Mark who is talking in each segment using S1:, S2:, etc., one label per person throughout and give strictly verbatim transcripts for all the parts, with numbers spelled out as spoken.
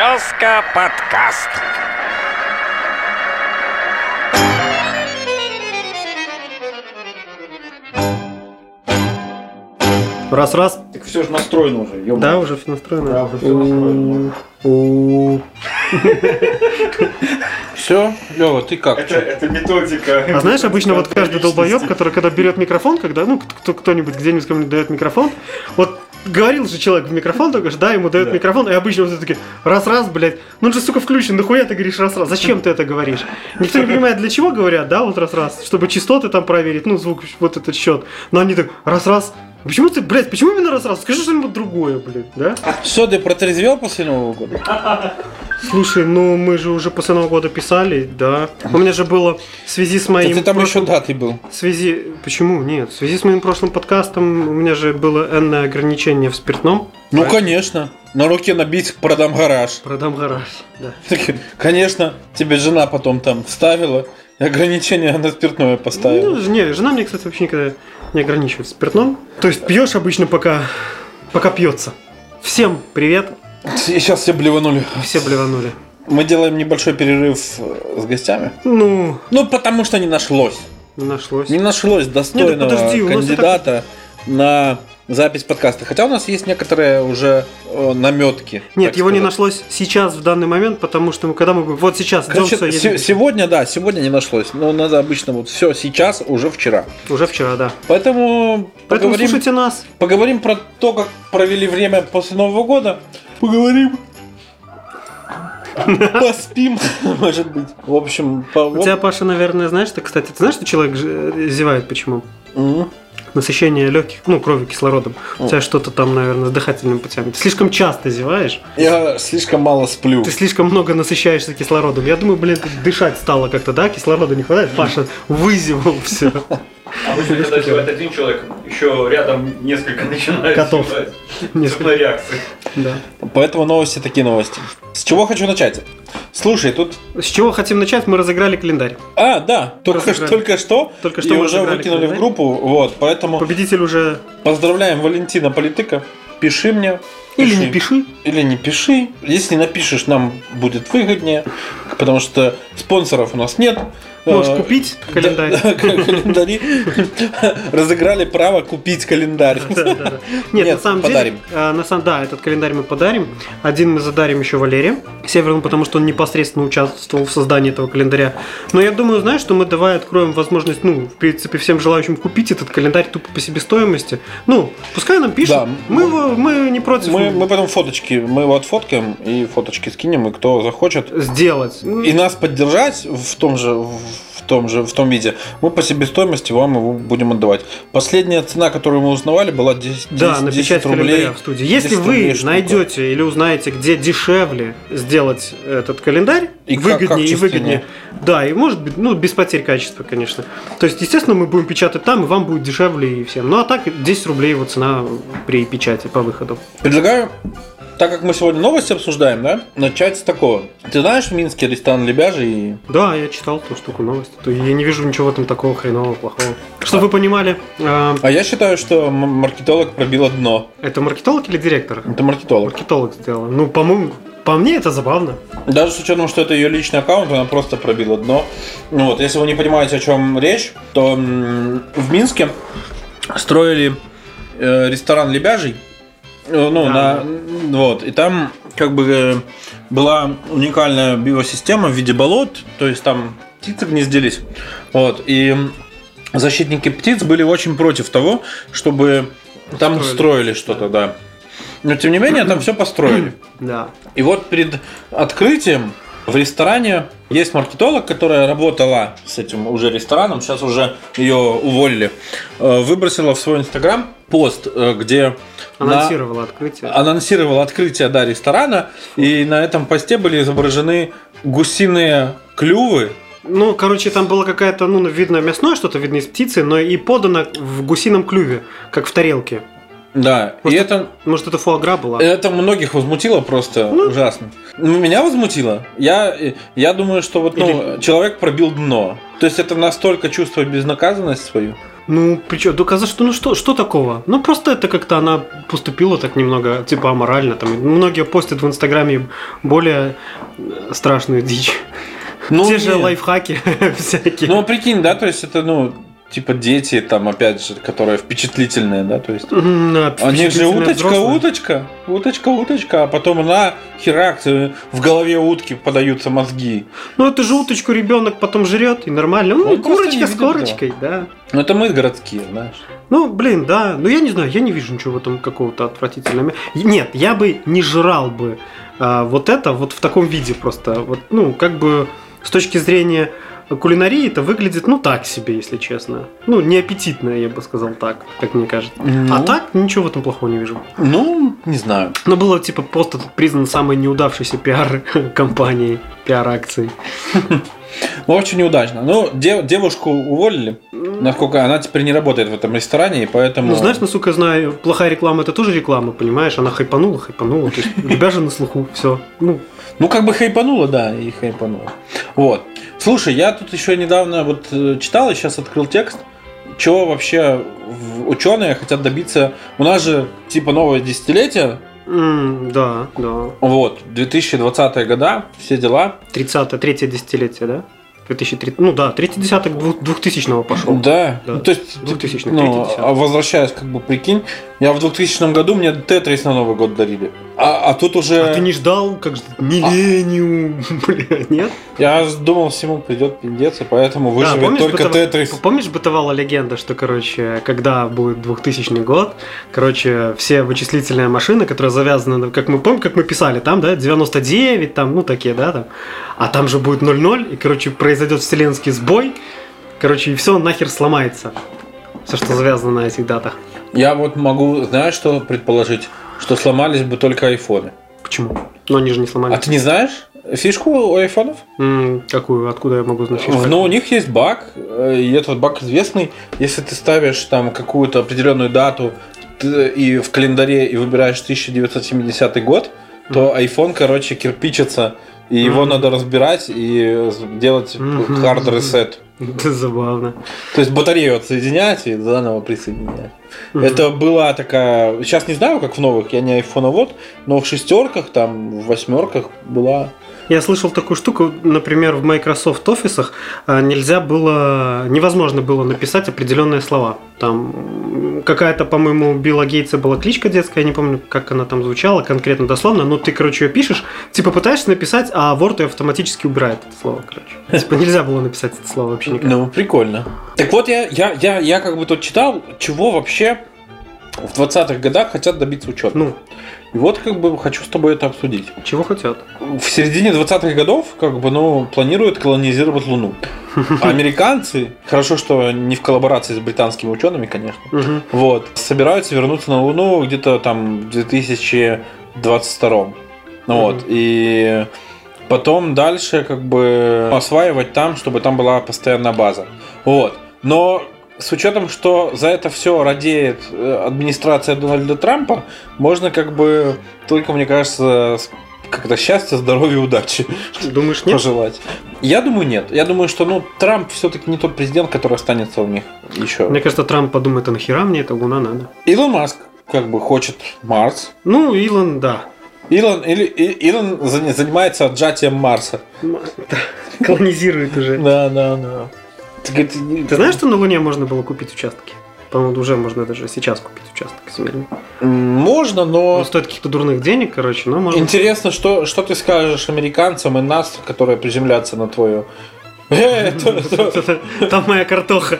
S1: Тезка подкаст.
S2: Раз-раз.
S3: Так все же настроено уже, ёбаный.
S2: Да, уже все настроено.
S3: Да, уже все настроено.
S4: Все, Лёва, ты как?
S3: Это, это методика.
S2: А знаешь, обычно вот каждый долбоеб, который когда берет микрофон, когда, ну, кто, кто-нибудь где-нибудь кому-нибудь дает микрофон, вот говорил же человек в микрофон, только что, да, ему дают
S3: Да.
S2: микрофон, и обычно вот такие, раз-раз, блядь, ну он же, сука, включен, нахуя ты говоришь раз-раз, зачем ты это говоришь? Никто не понимает, для чего говорят, да, вот раз-раз, чтобы частоты там проверить, ну, звук, вот этот счет, но они так, раз-раз, почему ты, блядь, почему именно раз-раз, скажи что-нибудь другое, блядь, да?
S4: Что, ты протрезвел после Нового года?
S2: Слушай, ну мы же уже после Нового года писали, да. У меня же было в связи с моим...
S4: Ты там
S2: прошлым-
S4: еще даты был.
S2: В связи... Почему? Нет. В связи с моим прошлым подкастом у меня же было энное ограничение в спиртном.
S4: Ну,
S2: Так.
S4: конечно. На руке набить продам гараж.
S2: Продам гараж, да.
S4: Так, конечно, тебе жена потом там вставила и ограничение на спиртное поставила.
S2: Ну, не, жена мне, кстати, вообще никогда не ограничивает в спиртном. То есть пьешь обычно пока... пока пьется. Всем привет.
S4: И сейчас все блеванули.
S2: Все блеванули.
S4: Мы делаем небольшой перерыв с гостями.
S2: Ну,
S4: Ну, потому что не нашлось.
S2: не нашлось.
S4: Не нашлось достойного
S2: подожди, у нас
S4: кандидата на запись подкаста. Хотя у нас есть некоторые уже э, наметки.
S2: Нет,
S4: так
S2: его не
S4: сказать.
S2: нашлось сейчас, в данный момент, потому что мы, когда мы... Вот сейчас,
S4: Короче,
S2: идём, всё,
S4: се-
S2: едем.
S4: сегодня, да, сегодня не нашлось. Но надо обычно вот все сейчас, уже вчера.
S2: Уже вчера, да.
S4: Поэтому,
S2: Поэтому
S4: поговорим,
S2: слушайте нас.
S4: поговорим про то, как провели время после Нового года. Поговорим. Поспим, может быть. В общем, по...
S2: У тебя, Паша, наверное, знаешь, ты, кстати, ты знаешь, что человек ж- зевает почему?
S4: Мгм.
S2: Насыщение легких, ну, крови кислородом. У тебя что-то там, наверное, с дыхательными путями. Ты слишком часто зеваешь.
S4: Я слишком мало сплю.
S2: Ты слишком много насыщаешься кислородом. Я думаю, блин, ты дышать стало как-то, да? Кислорода не хватает. Паша вызевал все.
S3: А вы когда зевает один человек, еще рядом несколько начинают
S2: Котов.
S3: зевать.
S2: Несколько.
S3: Цепная реакция.
S2: Да.
S4: Поэтому новости такие новости. С чего хочу начать? Слушай, тут...
S2: С чего хотим начать? Мы разыграли календарь.
S4: А, да, только,
S2: Разыграли.
S4: только что.
S2: Только что
S4: и
S2: мы
S4: уже
S2: разыграли
S4: выкинули
S2: календарь.
S4: в группу. Вот, поэтому
S2: Победитель уже...
S4: поздравляем Валентина Политыка. Пиши мне.
S2: Или не пиши.
S4: Или не пиши. Если напишешь, нам будет выгоднее, потому что спонсоров у нас нет.
S2: Можешь
S4: Э,
S2: купить календарь.
S4: да, календари. Разыграли право купить календарь.
S2: Да, да, да. Нет,
S4: Нет,
S2: на самом
S4: подарим.
S2: деле, а, на самом, да, этот календарь мы подарим. Один мы задарим еще Валерию Северному, потому что он непосредственно участвовал в создании этого календаря. Но я думаю, знаешь, что мы давай откроем возможность, ну, в принципе, всем желающим купить этот календарь тупо по себестоимости. Ну, пускай нам пишут.
S4: Да.
S2: Мы, его- мы не против
S4: Мы, мы потом фоточки, мы его отфоткаем и фоточки скинем, и кто захочет
S2: сделать.
S4: и нас поддержать в том же, в том же, в том виде, мы по себестоимости вам его будем отдавать. Последняя цена, которую мы узнавали, была десять,
S2: Да, на печать
S4: рублей.
S2: календаря в студии. Если
S4: десять
S2: вы
S4: рублей штука.
S2: найдете или узнаете, где дешевле сделать этот календарь,
S4: И как-
S2: выгоднее и
S4: качественнее.
S2: выгоднее. Да, и может быть, ну, без потерь качества, конечно. То есть, естественно, мы будем печатать там, и вам будет дешевле и всем. Ну, а так десять рублей его цена при печати по выходу.
S4: Предлагаю, так как мы сегодня новости обсуждаем, да, начать с такого. Ты знаешь в Минске ресторан Лебяжий? И...
S2: Да, я читал ту штуку новости. То я не вижу ничего там такого хренового, плохого. Чтобы вы понимали, э,
S4: А я считаю, что м- маркетолог пробила дно.
S2: это маркетолог или директор?
S4: Это маркетолог.
S2: Маркетолог сделал. Ну, по-моему, по мне это забавно.
S4: Даже с учетом, что это ее личный аккаунт, она просто пробила дно. Ну вот, если вы не понимаете, о чем речь, то м, в Минске строили э, ресторан Лебяжий. Э, Ну,
S2: Да.
S4: на, вот, и там как бы э, была уникальная биосистема в виде болот, то есть там птицы гнездились. Вот, и защитники птиц были очень против того, чтобы там
S2: Строили.
S4: строили что-то, да. Но тем не менее, там все построили.
S2: Да.
S4: И вот перед открытием в ресторане есть маркетолог, которая работала с этим уже рестораном, сейчас уже ее уволили, э, выбросила в свой инстаграм пост, э, где на-
S2: Анонсировала открытие.
S4: анонсировала открытие, да, ресторана, и на этом посте были изображены гусиные клювы.
S2: Ну, короче, там было какая-то, ну, видно мясное что-то, видно из птицы, но и подано в гусином клюве, как в тарелке.
S4: Да,
S2: Может,
S4: и это,
S2: Может, это фуагра была?
S4: это многих возмутило просто
S2: Ну.
S4: ужасно. Ну, меня возмутило. Я, я думаю, что вот, ну,
S2: Или-
S4: человек пробил дно. То есть это настолько чувствует безнаказанность свою.
S2: Ну, причем, доказать, что, ну что, что такого? Ну, просто это как-то она поступила так немного, типа, аморально. Там, многие постят в Инстаграме более страшную дичь.
S4: Ну,
S2: Те
S4: нет.
S2: же лайфхаки всякие.
S4: Ну, прикинь, да, то есть это, ну, типа дети, там, опять же, которые впечатлительные, да, то есть...
S2: Мгм, да,
S4: Они же
S2: впечатлительные
S4: уточка,
S2: взрослые.
S4: уточка, уточка, уточка, а потом на херак, в голове утки подаются мозги.
S2: Ну, это же уточку ребенок потом жрет, и нормально. Ну,
S4: Он просто не
S2: курочка с
S4: видит
S2: корочкой, да.
S4: Ну, это мы городские, знаешь.
S2: Ну, блин, да. Ну, я не знаю, я не вижу ничего в этом какого-то отвратительного. Нет, я бы не жрал бы а, вот это вот в таком виде просто. Вот, ну, как бы с точки зрения кулинарии это выглядит, ну, так себе, если честно. Ну, неаппетитно, я бы сказал так, как мне кажется.
S4: Ну.
S2: А так, ничего в этом плохого не вижу.
S4: Ну, не знаю.
S2: Но было, типа, просто признан самой неудавшейся пиар-компанией, пиар-акцией.
S4: Ну, очень неудачно. Ну, дев- девушку уволили, насколько она теперь не работает в этом ресторане, и поэтому...
S2: Ну, знаешь, насколько я знаю, плохая реклама – это тоже реклама, понимаешь? Она хайпанула, хайпанула. То есть, у тебя же на слуху все. Ну,
S4: Ну, как бы хайпануло, да, и хайпануло. Вот. Слушай, я тут еще недавно вот э, читал и сейчас открыл текст, чего вообще в- ученые хотят добиться. У нас же типа новое десятилетие,
S2: м, да, да.
S4: вот, две тысячи двадцатые года, все дела.
S2: тридцатое, третье десятилетие, да? две тысячи тридцатый, ну да, третий десяток двух- двухтысячного пошел.
S4: Да,
S2: Да.
S4: ну, то есть,
S2: двухтысячный,
S4: ну,
S2: третий десяток.
S4: а возвращаясь, как бы, прикинь, я в двухтысячном году мне Тетрис на Новый год дарили. А, а тут уже...
S2: А ты не ждал, как же, миллениум, бля, нет?
S4: Я думал, всему придет пиздец, и поэтому выживет
S2: помнишь,
S4: только
S2: бытова-
S4: Тетрис.
S2: Помнишь, бытовала легенда, что, короче, когда будет двухтысячный год, короче, все вычислительные машины, которые завязаны, на- как мы помним, как мы писали, там, да, девяносто девять, там, ну, такие, да, там, а там же будет ноль ноль, и, короче, произойдет вселенский сбой, короче, и все нахер сломается. Все, что завязано на этих датах.
S4: Я вот могу, знаешь, что предположить? Что сломались бы только айфоны.
S2: Почему? Но они же не
S4: А
S2: сломались.
S4: ты не знаешь фишку у айфонов?
S2: М, какую? Откуда я могу знать? фишку?
S4: Ну, у них есть баг, э, и этот баг известный. Если ты ставишь там какую-то определенную дату ты- и в календаре и выбираешь тысяча девятьсот семидесятый год, то iPhone, короче, кирпичится, и его
S2: Мгм.
S4: надо разбирать и делать
S2: Мгм.
S4: hard reset.
S2: Это забавно.
S4: То есть батарею отсоединять и заново присоединять.
S2: Мгм.
S4: Это была такая... Сейчас не знаю, как в новых, я не айфоновод, но в шестерках, там, в восьмерках была...
S2: Я слышал такую штуку, например, в Microsoft офисах а, нельзя было, невозможно было написать определенные слова. Там м, какая-то, по-моему, у Билла Гейтса была кличка детская, я не помню, как она там звучала конкретно дословно, но ты, короче, ее пишешь, типа пытаешься написать, а Word ее автоматически убирает это слово, короче. Типа нельзя было написать это слово вообще никак.
S4: Ну, прикольно. Так вот, я, я, я, я как бы тут читал, чего вообще в двадцатых годах хотят добиться ученые.
S2: Ну,
S4: И вот как бы хочу с тобой это обсудить.
S2: чего хотят?
S4: В середине двадцатых годов как бы, ну, планируют колонизировать Луну. А американцы, хорошо, что не в коллаборации с британскими учеными, конечно,
S2: Мгм.
S4: вот, собираются вернуться на Луну где-то там в две тысячи двадцать втором. Ну вот,
S2: Мгм.
S4: и потом дальше как бы осваивать там, чтобы там была постоянная база. Вот. Но с учетом, что за это все радеет э, администрация Дональда Трампа, можно как бы только, мне кажется, с- как-то счастья, здоровья, удачи
S2: Думаешь, нет?
S4: пожелать. Я думаю, нет. Я думаю, что ну Трамп все-таки не тот президент, который останется у них еще.
S2: Мне кажется, Трамп подумает, а нахера мне эта Луна надо?
S4: Илон Маск как бы хочет Марс.
S2: Ну, Илон, да.
S4: Илон, или, И- Илон заня- занимается отжатием Марса.
S2: М, да, колонизирует уже.
S4: Да, да, да. Так это не-
S2: Ты знаешь, что на Луне можно было купить участки? По-моему, уже можно даже сейчас купить участок земельный.
S4: М, Можно, но
S2: Он стоит каких-то дурных денег, короче, но можно.
S4: интересно, что, что ты скажешь американцам и нас, которые приземлятся на твою... Э, это- это-
S2: Там моя картоха.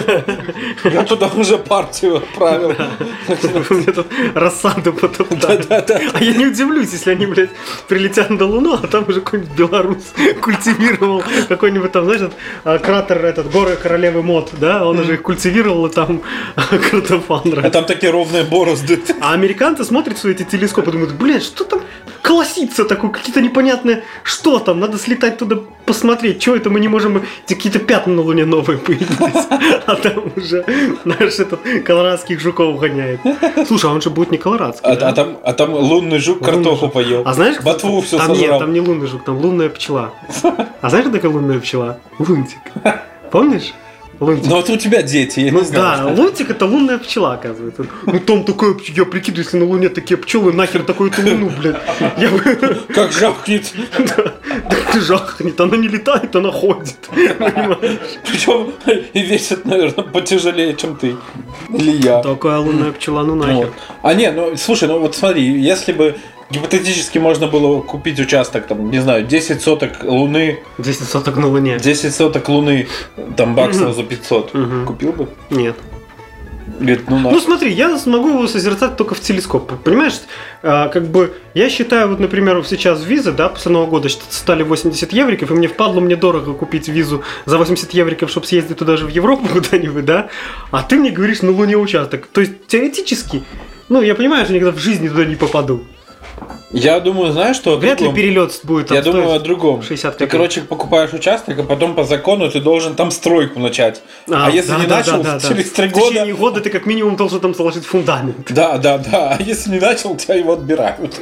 S4: Я туда уже партию отправил.
S2: Мне тут рассаду потоптали.
S4: Да-да-да.
S2: А я не удивлюсь, если они, блядь, прилетят на Луну, а там уже какой-нибудь белорус культивировал какой-нибудь там, знаешь, этот, а, кратер, этот, горы королевы мод, да, он уже их культивировал, и там картофан
S4: А
S2: нравится.
S4: там такие ровные борозды.
S2: А американцы смотрят в свои эти телескопы и думают, блядь, что там колосится такое, какие-то непонятные, что там, надо слетать туда посмотреть, что это мы не можем, эти какие-то пятна на Луне новые появились, а там уже наш этот колорадских жуков гоняет. Слушай, а он же будет не колорадский,
S4: А,
S2: да?
S4: а там, а там лунный жук
S2: Лунный
S4: картоху
S2: жук.
S4: поел.
S2: А знаешь, кто-
S4: ботву все
S2: там нет,
S4: сожрал.
S2: там не лунный жук, там лунная пчела. А знаешь, что такое лунная пчела? Лунтик. Помнишь? Лунтик.
S4: Ну вот у тебя дети, я
S2: Ну
S4: не знаю.
S2: да, лунтик это лунная пчела, оказывается. Ну там такая, я прикидываю, если на Луне такие пчелы, нахер такую-то луну, блядь. Я бы...
S4: Как жахнет.
S2: Да жахнет, она не летает, она ходит.
S4: Причем и весит, наверное, потяжелее, чем ты. Или я.
S2: Такая лунная пчела, ну нахер.
S4: Вот. А не, ну слушай, ну вот смотри, если бы гипотетически можно было купить участок, там, не знаю, десять соток Луны,
S2: десять соток на Луне.
S4: десять соток Луны, там, баксов за пятьсот,
S2: Мгм.
S4: купил бы?
S2: Нет.
S4: Говорит, ну
S2: Ну
S4: на.
S2: смотри, я смогу его созерцать только в телескоп. Понимаешь, а, как бы я считаю, вот, например, сейчас визы, да, после Нового года стали восемьдесят евриков, и мне впадло мне дорого купить визу за восемьдесят евриков, чтобы съездить туда же в Европу куда-нибудь, да? А ты мне говоришь на Луне участок. То есть теоретически, ну я понимаю, что я никогда в жизни туда не попаду.
S4: Я думаю, знаешь, что? о
S2: Вряд ли
S4: другом?
S2: перелет будет.
S4: Я
S2: там
S4: думаю о
S2: стоить
S4: другом.
S2: шестьдесят
S4: Ты,
S2: копеек.
S4: короче, покупаешь участок, а потом по закону ты должен там стройку начать. А,
S2: А,
S4: если
S2: да,
S4: не
S2: да,
S4: начал,
S2: да, да,
S4: через
S2: да.
S4: три
S2: В
S4: года.
S2: течение года ты как минимум должен там заложить фундамент.
S4: Да, да, да. А если не начал, тебя его отбирают.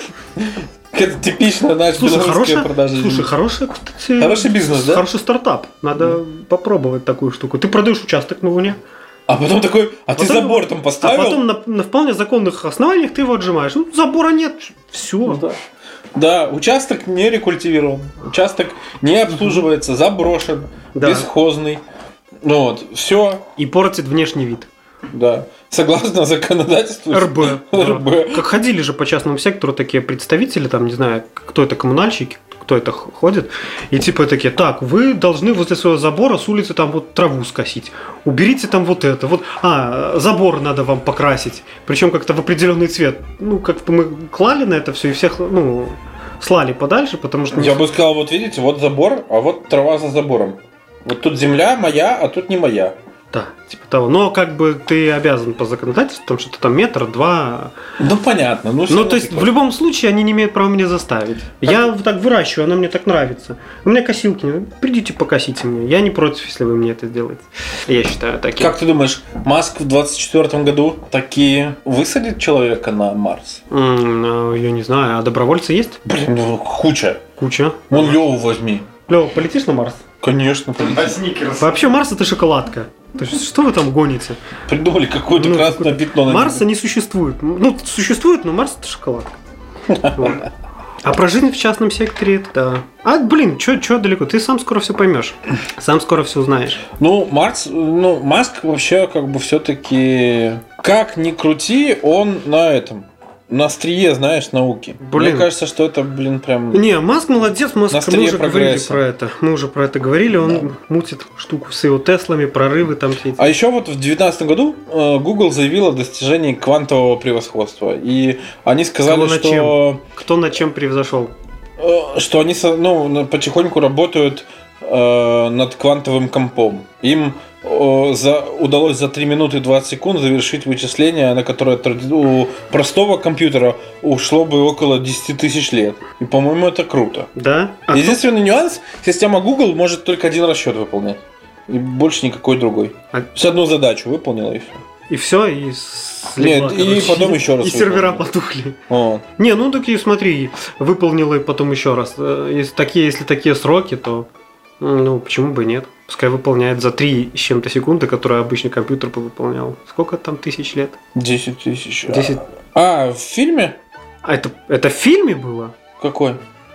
S4: Это типично, знаешь,
S2: Слушай,
S4: белорусская
S2: хорошая,
S4: продажа
S2: слушай,
S4: земли.
S2: хорошая, кстати,
S4: Хороший бизнес, да?
S2: Хороший стартап. Надо попробовать такую штуку. Ты продаешь участок на Луне,
S4: А потом такой, а ты
S2: потом-
S4: забор там поставил?
S2: а потом на, на вполне законных основаниях ты его отжимаешь. Ну, забора нет, все.
S4: Ну да. Да, участок не рекультивирован, участок не обслуживается, заброшен,
S2: Да.
S4: бесхозный. Ну вот, все,
S2: И портит внешний вид.
S4: да. Согласно законодательству.
S2: эр бэ.
S4: эр бэ.
S2: Да. Как ходили же по частному сектору такие представители, там, не знаю, кто это, коммунальщики, кто это х- ходит, и типа такие, так, вы должны возле своего забора с улицы там вот траву скосить, уберите там вот это, вот, а, забор надо вам покрасить, причем как-то в определенный цвет. Ну, как бы мы клали на это все и всех, ну, слали подальше, потому что...
S4: Я бы сказал, вот видите, вот забор, а вот трава за забором. Вот тут земля моя, а тут не моя.
S2: Да, типа того. Но как бы ты обязан по законодательству, потому что там метр, два.
S4: Ну понятно. Ну, всё
S2: Ну,
S4: равно
S2: то есть,
S4: такое.
S2: в любом случае, они не имеют права меня заставить. Я вот так выращиваю, оно мне так нравится. У меня косилки, не- придите покосите мне. Я не против, если вы мне это сделаете. Я считаю таким.
S4: Как ты думаешь, Маск в двадцать четвёртом году таки высадит человека на Марс?
S2: М, ну, я не знаю, а добровольцы есть?
S4: Блин, ну куча.
S2: Куча.
S4: Вон Леву возьми.
S2: Лёва, полетишь на Марс?
S4: Конечно,
S3: А сникерс?
S2: Вообще, Марс это шоколадка. То есть, что вы там гоните?
S4: придумали какое-то
S2: Ну,
S4: красное пятно на
S2: Марса не существует. Ну, существует, но Марс это шоколадка. Вот. А про жизнь в частном секторе это да. А, блин, чё, чё далеко? Ты сам скоро все поймешь. Сам скоро все узнаешь.
S4: Ну, Марс, ну, Маск вообще как бы все-таки, как ни крути, он на этом, на острие, знаешь, науки.
S2: Блин.
S4: Мне кажется, что это, блин, прям...
S2: Не, Маск молодец, Маск,
S4: На
S2: мы
S4: острие
S2: уже говорили
S4: прогресса.
S2: про это. Мы уже про это говорили, он мутит штуку с его Теслами, прорывы там все эти.
S4: А еще вот в две тысячи девятнадцатом году э, Google заявил о достижении квантового превосходства. И они сказали,
S2: Кого над
S4: что,
S2: Кто над чем превзошел?
S4: э, что они со- ну, на- потихоньку работают э, над квантовым компом. Им э, за, удалось за три минуты двадцать секунд завершить вычисление, на которое тради- у простого компьютера ушло бы около десять тысяч лет. И, по-моему, это круто.
S2: Да? А кто-
S4: Единственный нюанс, система Google может только один расчет выполнять. И больше никакой другой.
S2: А-
S4: То есть одну задачу выполнила и все.
S2: И все, и слегла,
S4: Нет, и потом еще раз
S2: И сервера
S4: выполнил.
S2: потухли.
S4: Вот.
S2: Не, ну такие, смотри, выполнила и потом еще раз. Э, Если такие, если такие сроки, то м, ну почему бы и нет? Пускай выполняет за три с чем-то секунды, которые обычный компьютер бы выполнял. Сколько там тысяч лет?
S4: десять тысяч.
S2: десять.
S4: А, в фильме?
S2: А это, это в фильме было?
S4: Какой?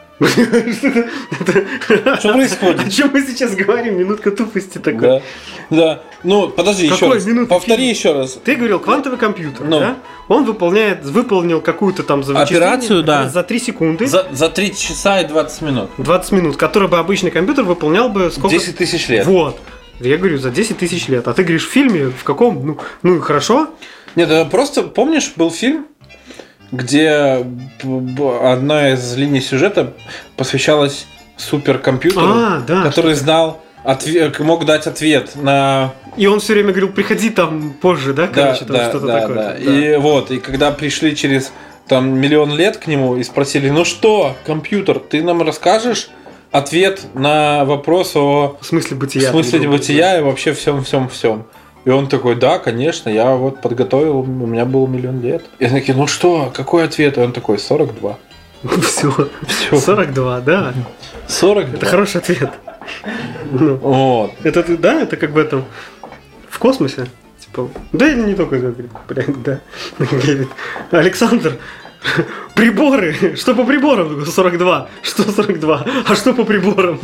S2: Что
S4: Что происходит?
S2: О чем мы сейчас говорим? Минутка тупости такой.
S4: Да. Да. Ну, подожди, еще
S2: Какой
S4: раз.
S2: минуты
S4: Повтори
S2: фильма?
S4: еще раз.
S2: Ты говорил квантовый компьютер,
S4: Ну.
S2: да? Он выполняет, выполнил какую-то там за вычисление
S4: Операцию, да.
S2: за три секунды,
S4: За, за три часа и двадцать минут.
S2: двадцать минут, который бы обычный компьютер выполнял бы сколько?
S4: десять тысяч лет.
S2: Вот. Я говорю, за десять тысяч лет. А ты говоришь, в фильме, в каком? Ну, ну и хорошо.
S4: Нет, да просто помнишь, был фильм, где б- б- одна из линий сюжета посвящалась суперкомпьютеру,
S2: А, да.
S4: который знал, отве- мог дать ответ на...
S2: И он все время говорил, приходи там позже, да, короче, там
S4: да,
S2: что-то
S4: да,
S2: такое.
S4: да.
S2: Да.
S4: И вот, и когда пришли через там миллион лет к нему и спросили, ну что, компьютер, ты нам расскажешь ответ на вопрос о
S2: В смысле бытия.
S4: в смысле
S2: ты говорил.
S4: бытия и вообще всем, всем, всем. И он такой, да, конечно, я вот подготовил, у меня был миллион лет. И они такие, ну что, какой ответ? И он такой, сорок два.
S2: Все.
S4: Всё.
S2: сорок два, да.
S4: сорок два.
S2: Это хороший ответ. Ну,
S4: Вот.
S2: это ты, да, это как бы это в космосе. Типа, да или не только, говорит, блядь, да. Говорит, Александр, приборы, что по приборам? сорок два. Что сорок два? А что по приборам?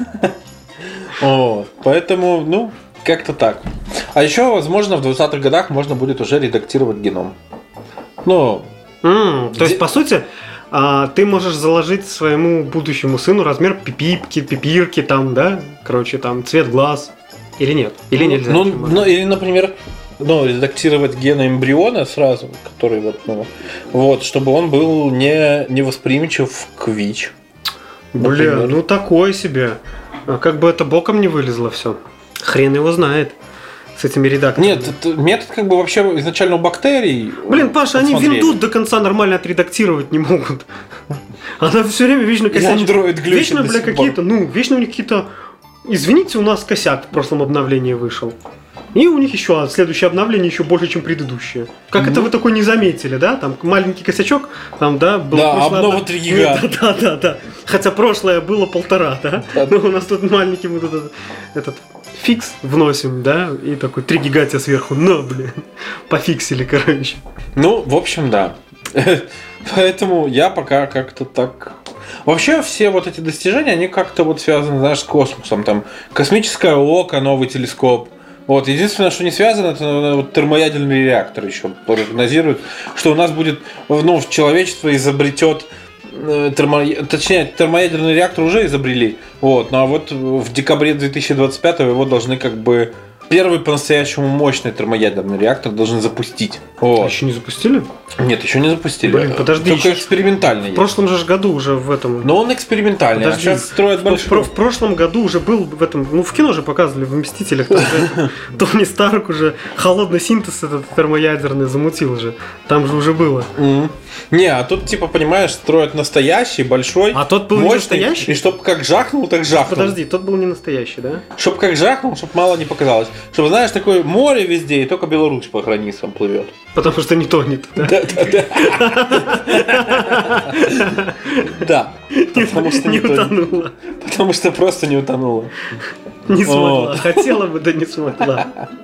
S4: Вот. Поэтому, ну, как-то так. А еще, возможно, в двадцатых годах можно будет уже редактировать геном. Ну,
S2: М, то
S4: Где-
S2: есть, по сути, а, ты можешь заложить своему будущему сыну размер пипипки, пипирки, там, да? Короче, там, цвет глаз. Или нет? Или нельзя?
S4: ну,
S2: еще можно?
S4: ну, или, например, ну, редактировать гены эмбриона сразу, который вот, ну, вот, чтобы он был не, не восприимчив к ВИЧ.
S2: Бля,
S4: например.
S2: ну такое себе. А как бы это боком не вылезло все. Хрен его знает с этими редакторами.
S4: Нет, это метод как бы вообще изначально у бактерий.
S2: Блин, Паша, они
S4: посмотрели.
S2: винду до конца нормально отредактировать не могут. Она все время вечно косячит.
S4: Android глючит
S2: Вечно,
S4: до
S2: бля,
S4: сих пор.
S2: какие-то, ну, вечно у них какие-то... Извините, у нас косяк в прошлом обновлении вышел. И у них еще следующее обновление еще больше, чем предыдущее. Как это
S4: Ну.
S2: вы такой не заметили, да? Там маленький косячок, там, да, был
S4: Да,
S2: прошлое
S4: обнова
S2: одно-
S4: три гига.
S2: Да, да, да, да. Хотя прошлое было полтора, да?
S4: Да.
S2: Но у нас тут маленький вот этот, этот фикс вносим, да? И такой три гига тебе сверху. На, блин. Пофиксили, короче.
S4: Ну, в общем, да. Поэтому я пока как-то так... Вообще все вот эти достижения, они как-то вот связаны, знаешь, с космосом. Там космическое око, новый телескоп. Вот, единственное, что не связано, это вот термоядерный реактор еще прогнозируют, что у нас будет, ну, человечество изобретет, э, термо... точнее, термоядерный реактор уже изобрели, вот, ну а вот в декабре две тысячи двадцать пятого его должны как бы первый по-настоящему мощный термоядерный реактор должны запустить.
S2: А
S4: Вот.
S2: еще не запустили?
S4: Нет, еще не запустили.
S2: Блин, подожди,
S4: Только
S2: еще-
S4: экспериментальный.
S2: В прошлом же ж году уже в этом...
S4: Но он экспериментальный,
S2: Подожди,
S4: а сейчас строят
S2: в,
S4: большой.
S2: про- в прошлом году уже был в этом, ну в кино же показывали, в «Мстителях», там же Тони Старк уже холодный синтез этот термоядерный замутил же, там же уже было.
S4: Мгм. Не, а тут, типа, понимаешь, строят настоящий, большой,
S2: А тот был не
S4: мощный,
S2: настоящий?
S4: и чтоб как жахнул, так жахнул.
S2: Подожди, тот был не настоящий, да?
S4: Чтоб как жахнул, чтоб мало не показалось. Чтобы, знаешь, такое море везде, и только Беларусь по границам плывет.
S2: Потому что не тонет, да?
S4: Да, да, да. Да. Потому что
S2: Не
S4: не тонет.
S2: утонула,
S4: Потому что просто не утонула.
S2: не смогла,
S4: Вот.
S2: хотела бы, да не смогла.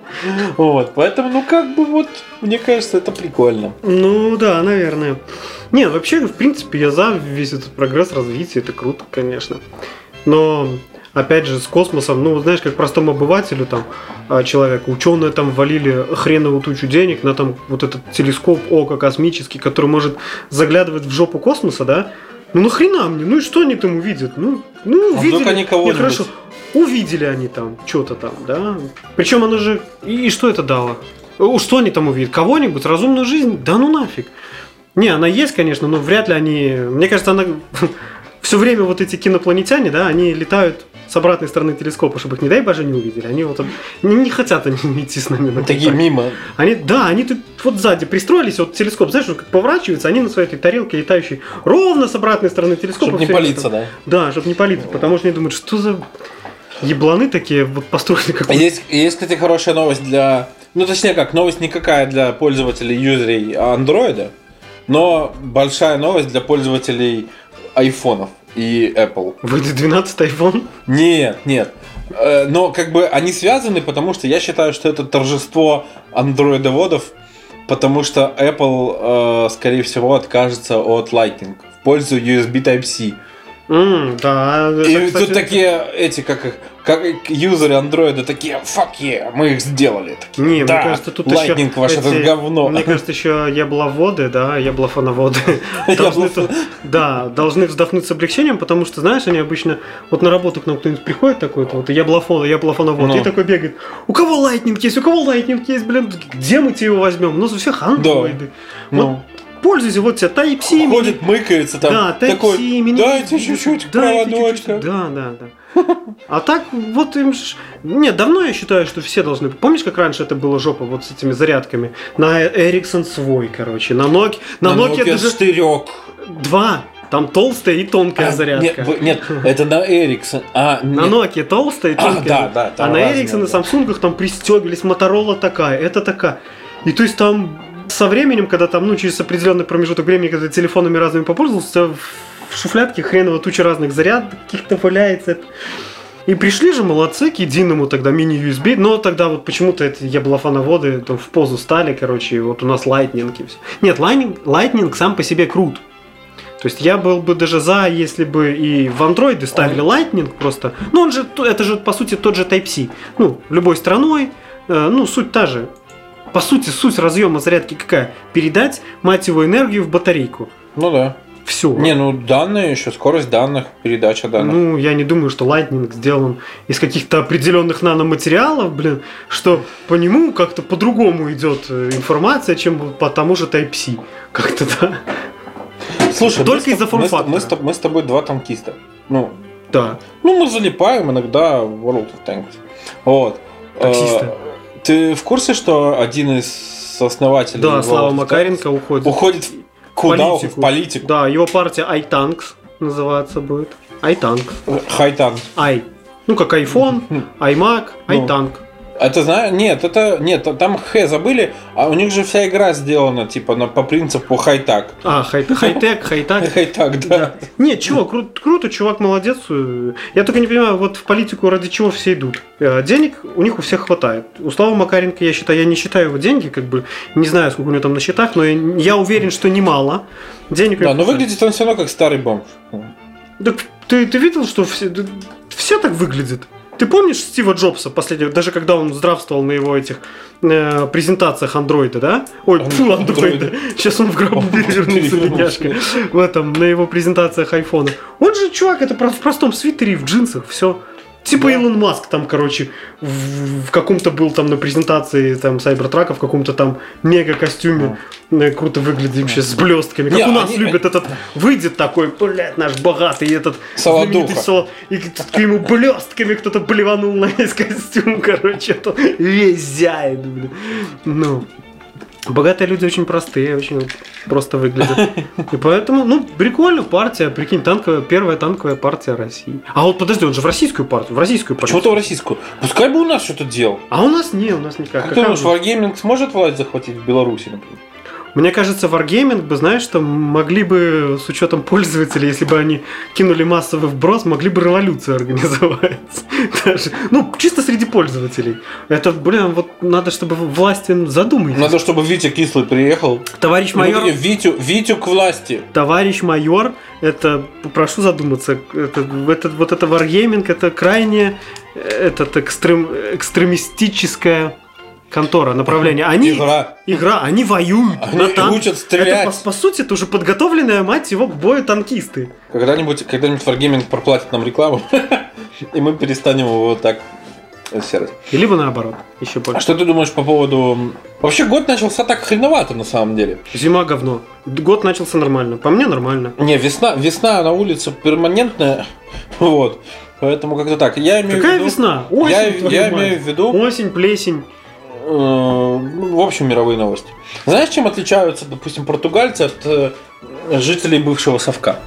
S4: Вот, поэтому, ну, как бы вот, мне кажется, это прикольно.
S2: Ну да, наверное. Нет, вообще, в принципе, я за весь этот прогресс, развитие, это круто, конечно. Но, опять же, с космосом, ну, знаешь, как простому обывателю, там, а, человеку, ученые там валили хреновую тучу денег на там вот этот телескоп око космический, который может заглядывать в жопу космоса, да? Ну нахрена мне? Ну и что они там увидят? Ну, ну
S4: А
S2: увидели.
S4: вдруг они
S2: Не,
S4: кого-нибудь-
S2: хорошо. Увидели они там, что-то там, да? Причем оно же... И, и что это дало? О, Что они там увидят? Кого-нибудь? Разумную жизнь? Да ну нафиг. Не, она есть, конечно, но вряд ли они... Мне кажется, она... Все время вот эти кинопланетяне, да, они летают с обратной стороны телескопа, чтобы их, не дай боже, не увидели. Они вот не, не хотят они идти с нами на
S4: Такие
S2: контакт.
S4: мимо.
S2: Они, да, они тут вот сзади пристроились, вот телескоп, знаешь, он как поворачивается, они на своей этой тарелке летающей ровно с обратной стороны телескопа.
S4: Чтобы не
S2: всё время
S4: палиться,
S2: там-
S4: да?
S2: Да, чтобы не палиться, потому что они думают, что за ебланы такие вот построены как...
S4: Есть, есть, кстати, хорошая новость для... Ну, точнее как, новость никакая для пользователей, юзерей андроида, но большая новость для пользователей айфонов и Apple.
S2: Выйдет двенадцатый айфон.
S4: Нет, нет. Э, Но как бы они связаны, потому что я считаю, что это торжество андроидоводов, потому что Apple, э, скорее всего, откажется от Lightning в пользу ю эс би Type-C.
S2: М, да, это,
S4: И
S2: кстати,
S4: тут такие, эти, как их, как юзеры андроида такие, fuck yeah, мы их сделали. Такие,
S2: Не,
S4: да,
S2: мне кажется, тут
S4: Lightning
S2: еще
S4: ваше это
S2: эти-
S4: говно.
S2: Мне кажется, еще ябловоды, да, яблофоноводы должны,
S4: Яблофон-
S2: тут- да, должны вздохнуть с облегчением, потому что, знаешь, они обычно вот на работу к нам кто-нибудь приходит такой-то, вот яблофон, яблофоновод,
S4: Ну.
S2: и такой бегает. У кого Lightning есть? У кого Lightning есть, блин? Где мы тебе его возьмем? Ну, у всех андроиды. Вот
S4: Ну,
S2: пользуйся, вот тебе Type-C.
S4: ходит, мыкается там,
S2: Да,
S4: такой,
S2: Type-C, мини-
S4: дайте чуть-чуть
S2: дайте
S4: проводочка.
S2: чуть-чуть. Да, да, да. А так, вот им ж... Нет, давно я считаю, что все должны... Помнишь, как раньше это было жопа вот с этими зарядками? На Ericsson свой, короче. На Nokia... На Nokia даже
S4: штырек.
S2: два. Там толстая и тонкая
S4: А,
S2: зарядка.
S4: Нет, вы- нет, это на Ericsson. А,
S2: На
S4: нет.
S2: Nokia толстая и
S4: А,
S2: тонкая.
S4: да, да,
S2: а
S4: там
S2: на
S4: разные,
S2: Ericsson и
S4: да.
S2: Samsung там пристегивались. Motorola такая, это такая. И то есть там со временем, когда там, ну, через определенный промежуток времени, когда ты телефонами разными попользовался, в шуфлядке хреново туча разных зарядок каких-то валяется. И пришли же молодцы к единому тогда мини-ю эс би, но тогда вот почему-то это яблофоноводы там в позу стали, короче, и вот у нас Lightning и все. Нет, Lightning, Lightning сам по себе крут. То есть я был бы даже за, если бы и в андроиды ставили Lightning просто. Ну он же, это же по сути тот же Type-C. Ну, любой страной, э, ну суть та же. По сути, суть разъема зарядки какая? Передать, мать его, энергию в батарейку.
S4: Ну да.
S2: Все.
S4: Не, ну данные еще, скорость данных, передача данных.
S2: Ну, я не думаю, что Lightning сделан из каких-то определенных наноматериалов, блин, что по нему как-то по-другому идет информация, чем по тому же Type-C. Как-то, да.
S4: Слушай,
S2: только из-за
S4: мы,
S2: форм-фактора.
S4: мы, мы, мы с тобой два танкиста. Ну,
S2: да.
S4: Ну, мы залипаем иногда в World of Tanks. Вот.
S2: Таксисты.
S4: Ты в курсе, что один из основателей...
S2: Да, Слава Макаренко уходит.
S4: Уходит куда?
S2: Политику.
S4: В политику.
S2: Да, его партия iTanks называться будет. iTank.
S4: Хайтанк.
S2: i. Ну, как iPhone, iMac, iTank.
S4: Это знаешь, нет, это нет, там Х забыли, а у них же вся игра сделана типа на, по принципу хай-так.
S2: А, хай- хай-тек, хай-так.
S4: Хай-так, да.
S2: Да. Нет, чувак, кру- круто, чувак молодец. Я только не понимаю, вот в политику ради чего все идут. Денег у них у всех хватает. У Славы Макаренко, я считаю, я не считаю его деньги, как бы, не знаю, сколько у него там на счетах, но я уверен, что немало. Денег.
S4: Да, но выглядит он все равно как старый бомж.
S2: Так ты, ты видел, что все, все так выглядит? Ты помнишь Стива Джобса последнего, даже когда он здравствовал на его этих э, презентациях андроида, да? Ой, фу, андроида. Сейчас он в гробу перевернулся, бедняжка. В этом, на его презентациях айфона. Он же, чувак, это в простом свитере, в джинсах, все. Типа да. Илон Маск там, короче, в, в каком-то был там на презентации там Сайбертрака, в каком-то там мега-костюме, да. Круто выглядит вообще, с блестками. Как не, у нас они, любят они... этот, выйдет такой, блядь, наш богатый этот знаменитый соло, и к ему блестками кто-то блеванул на весь костюм, короче, это весь зяет, блин. Ну... Богатые люди очень простые, очень просто выглядят. И поэтому, ну, прикольно, партия, прикинь, танковая, первая танковая партия России. А вот подожди, он же в российскую партию, в российскую партию.
S4: Почему-то в российскую. Пускай бы у нас что-то делал.
S2: А у нас не, у нас никак.
S4: Как ты думаешь, Wargaming сможет власть захватить в Беларуси, например?
S2: Мне кажется, Wargaming бы, знаешь, что могли бы, с учетом пользователей, если бы они кинули массовый вброс, могли бы революцию организовать. Даже, ну, чисто среди пользователей. Это, блин, вот надо, чтобы власти задумались.
S4: Надо, чтобы Витя Кислый приехал.
S2: Товарищ майор...
S4: Витю, Витю к власти.
S2: Товарищ майор, это, прошу задуматься, это, это, вот это Wargaming, это крайне этот экстрем, экстремистическая... контора, направление. Они,
S4: игра.
S2: Игра, они воюют.
S4: Они на танк. Учат стрелять.
S2: Это, по, по сути, это уже подготовленная, мать его, к бою танкисты.
S4: Когда-нибудь, когда-нибудь Wargaming проплатит нам рекламу, и мы перестанем его так сервис.
S2: И либо наоборот, еще больше.
S4: А что ты думаешь по поводу... Вообще год начался так хреновато на самом деле.
S2: Зима говно. Год начался нормально. По мне нормально.
S4: Не, весна, весна на улице перманентная. Вот. Поэтому как-то так. Я имею
S2: Какая
S4: в виду...
S2: весна? Осень,
S4: я я имею в виду...
S2: Осень, плесень.
S4: В общем, мировые новости. Знаешь, чем отличаются, допустим, португальцы от жителей бывшего совка?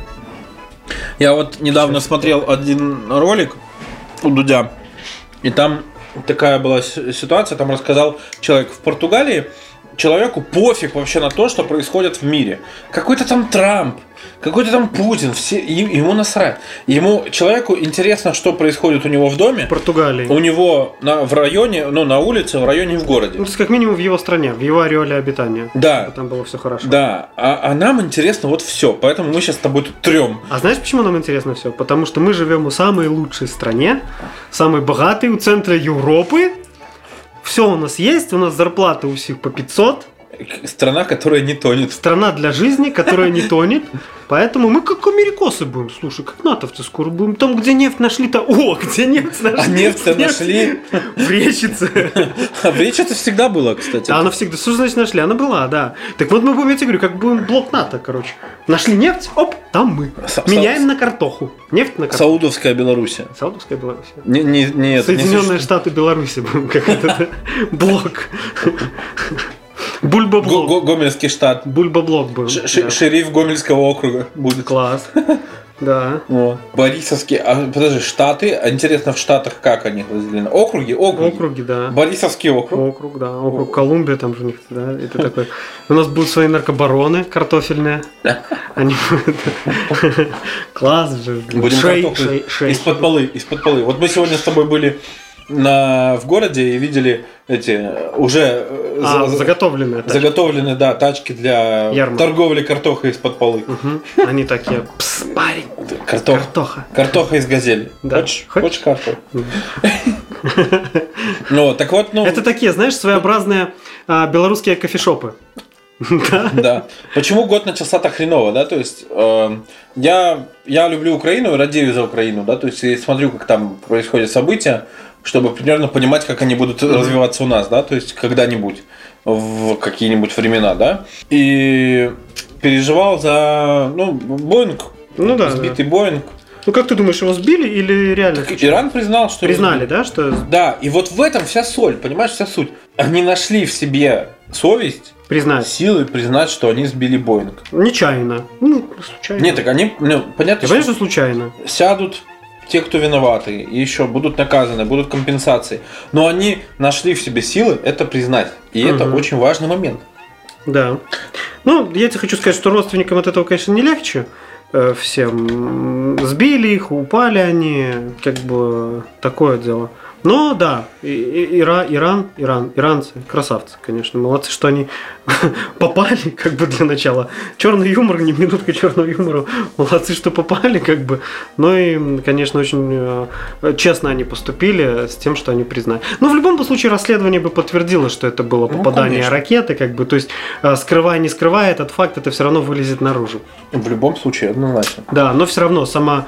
S4: Я вот недавно смотрел один ролик у Дудя, и там такая была ситуация, там рассказал человек в Португалии, человеку пофиг вообще на то, что происходит в мире. Какой-то там Трамп, какой-то там Путин, все, ему насрать. Ему, человеку интересно, что происходит у него в доме.
S2: В Португалии.
S4: У него на, в районе, ну, на улице, в районе, в городе.
S2: Ну, то есть, как минимум, в его стране, в его ореоле обитания.
S4: Да.
S2: Там было все хорошо.
S4: Да. А, а нам интересно вот все. Поэтому мы сейчас с тобой тут трем.
S2: А знаешь, почему нам интересно все? Потому что мы живем в самой лучшей стране, самой богатой, у центра Европы. Все у нас есть, у нас зарплата у всех по пятьсот.
S4: Страна, которая не тонет.
S2: Страна для жизни, которая не тонет. Поэтому мы как америкосы будем. Слушай, как натовцы скоро будем. Там, где нефть нашли-то... О, где нефть нашли?
S4: А нефть-то нашли?
S2: В Речице.
S4: А в Речице всегда была, кстати.
S2: Она всегда... Что значит нашли? Она была, да. Так вот мы будем, я тебе говорю, как будем блок НАТО, короче. Нашли нефть, оп, там мы. Меняем на картоху. Нефть на картоху.
S4: Саудовская Белоруссия.
S2: Саудовская Белоруссия.
S4: Не, не, не,
S2: Соединенные Штаты Беларуси будем, как это. Блок. Бульбоблок.
S4: Гомельский штат.
S2: Бульбоблок был.
S4: Ш- да. Шериф Гомельского округа будет.
S2: Класс. Да.
S4: Вот. Борисовские, а подожди, штаты, а интересно, в штатах как они разделены? Округи? Округи,
S2: Округи, да.
S4: Борисовский округ.
S2: Округ, да. Округ Колумбия, там же у них, да, это такой. У нас будут свои наркобароны картофельные. Они будут... Класс же.
S4: Будем
S2: Шей,
S4: картофель
S2: шей, шей.
S4: из-под полы, из-под полы. Вот мы сегодня с тобой были на, в городе и видели эти уже
S2: А,
S4: за-
S2: заготовленные. тачки.
S4: заготовленные, да, тачки для
S2: Ярмарки.
S4: торговли картохой из-под полы.
S2: Мгм. Они такие, пс, парень,
S4: Картох.
S2: картоха.
S4: Картоха из газели.
S2: Да.
S4: Хочешь,
S2: Хочешь?
S4: хочешь картоху? Ну, так вот, ну...
S2: Это такие, знаешь, своеобразные а, белорусские кофешопы. Да.
S4: Да. Почему год начался так хреново, да? То есть э, я, я люблю Украину и радею за Украину, да? То есть я смотрю, как там происходят события, чтобы примерно понимать, как они будут развиваться у нас, да? То есть когда-нибудь в какие-нибудь времена, да? И переживал за, ну, Боинг,
S2: Ну да,
S4: сбитый Боинг.
S2: Ну как ты думаешь, его сбили или реально?
S4: Иран признал, что его
S2: Признали,
S4: сбили.
S2: да, что
S4: Да, и вот в этом вся соль, понимаешь, вся суть. Они нашли в себе совесть,
S2: признать?
S4: силы признать, что они сбили Боинг.
S2: Нечаянно. Ну, случайно.
S4: Нет, так они, ну, понятно,
S2: Я
S4: что
S2: понимаю, что случайно.
S4: сядут те, кто виноваты, и еще будут наказаны, будут компенсации. Но они нашли в себе силы это признать. И это
S2: Мгм.
S4: очень важный момент.
S2: Да. Ну, я тебе хочу сказать, что родственникам от этого, конечно, не легче. э, Всем сбили их, упали они, как бы такое дело. Но да, и- и- Ира, Иран, Иран, иранцы, красавцы, конечно, молодцы, что они попали, как бы для начала. Черный юмор, не минутка черного юмора, молодцы, что попали, как бы. Но и, конечно, очень э, честно они поступили с тем, что они признали. Но в любом случае расследование бы подтвердило, что это было
S4: Ну,
S2: попадание
S4: конечно.
S2: ракеты, как бы, то есть э, скрывая, не скрывая этот факт, это все равно вылезет наружу.
S4: В любом случае, однозначно.
S2: Да, но все равно сама...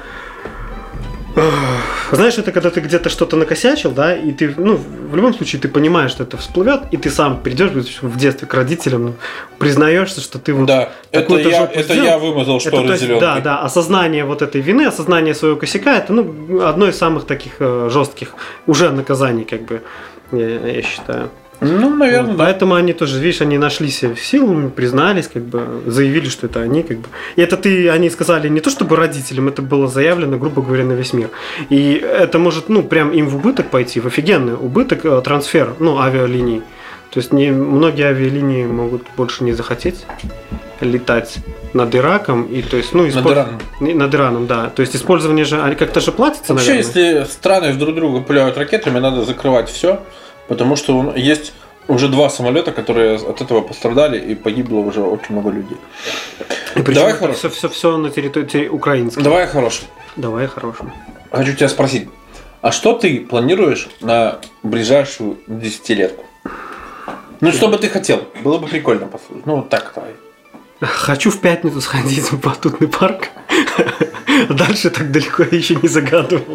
S2: Знаешь, это когда ты где-то что-то накосячил, да, и ты, ну, в любом случае ты понимаешь, что это всплывет, и ты сам придешь в детстве к родителям, ну, признаешься, что ты вот
S4: Да, это
S2: такую-то
S4: я,
S2: жопу
S4: это
S2: сделал.
S4: я вымазал
S2: Это,
S4: шторы
S2: то есть,
S4: зеленкой.
S2: да, да, осознание вот этой вины, осознание своего косяка, это, ну, одно из самых таких э, жестких уже наказаний, как бы, я, я считаю.
S4: Ну, наверное,
S2: Вот,
S4: да.
S2: Поэтому они тоже, видишь, они нашли себе силами, признались, как бы, заявили, что это они, как бы. И это ты, они сказали не то чтобы родителям, это было заявлено, грубо говоря, на весь мир. И это может, ну, прям им в убыток пойти, в офигенный убыток, э, трансфер, ну, авиалиний. То есть не, многие авиалинии могут больше не захотеть летать над Ираком, и то есть, ну,
S4: Над
S2: использ-
S4: Ираном.
S2: Не, над Ираном, да. То есть использование же, они как-то же платится,
S4: Вообще,
S2: наверное.
S4: если страны друг друга пуляют ракетами, надо закрывать все, потому что он- есть уже два самолета, которые от этого пострадали, и погибло уже очень много людей.
S2: И причем
S4: Давай
S2: это
S4: хорошо.
S2: все, все, все на территории украинской.
S4: Давай хороший.
S2: Давай хорошим.
S4: Хочу тебя спросить, а что ты планируешь на ближайшую десятилетку? Ну, что бы ты хотел? Было бы прикольно послушать. Ну, вот так давай.
S2: Хочу в пятницу сходить в батутный парк. Дальше так далеко я еще не загадывал.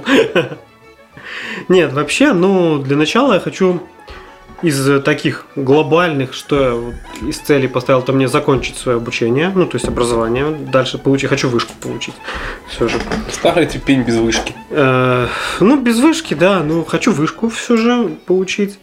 S2: Нет, вообще, ну, для начала я хочу из таких глобальных, что я вот из целей поставил, то мне закончить свое обучение, ну, то есть образование. Дальше получить, хочу вышку получить. Все же.
S4: Старый ты пень без вышки.
S2: Э, ну, без вышки, да, ну, хочу вышку все же получить.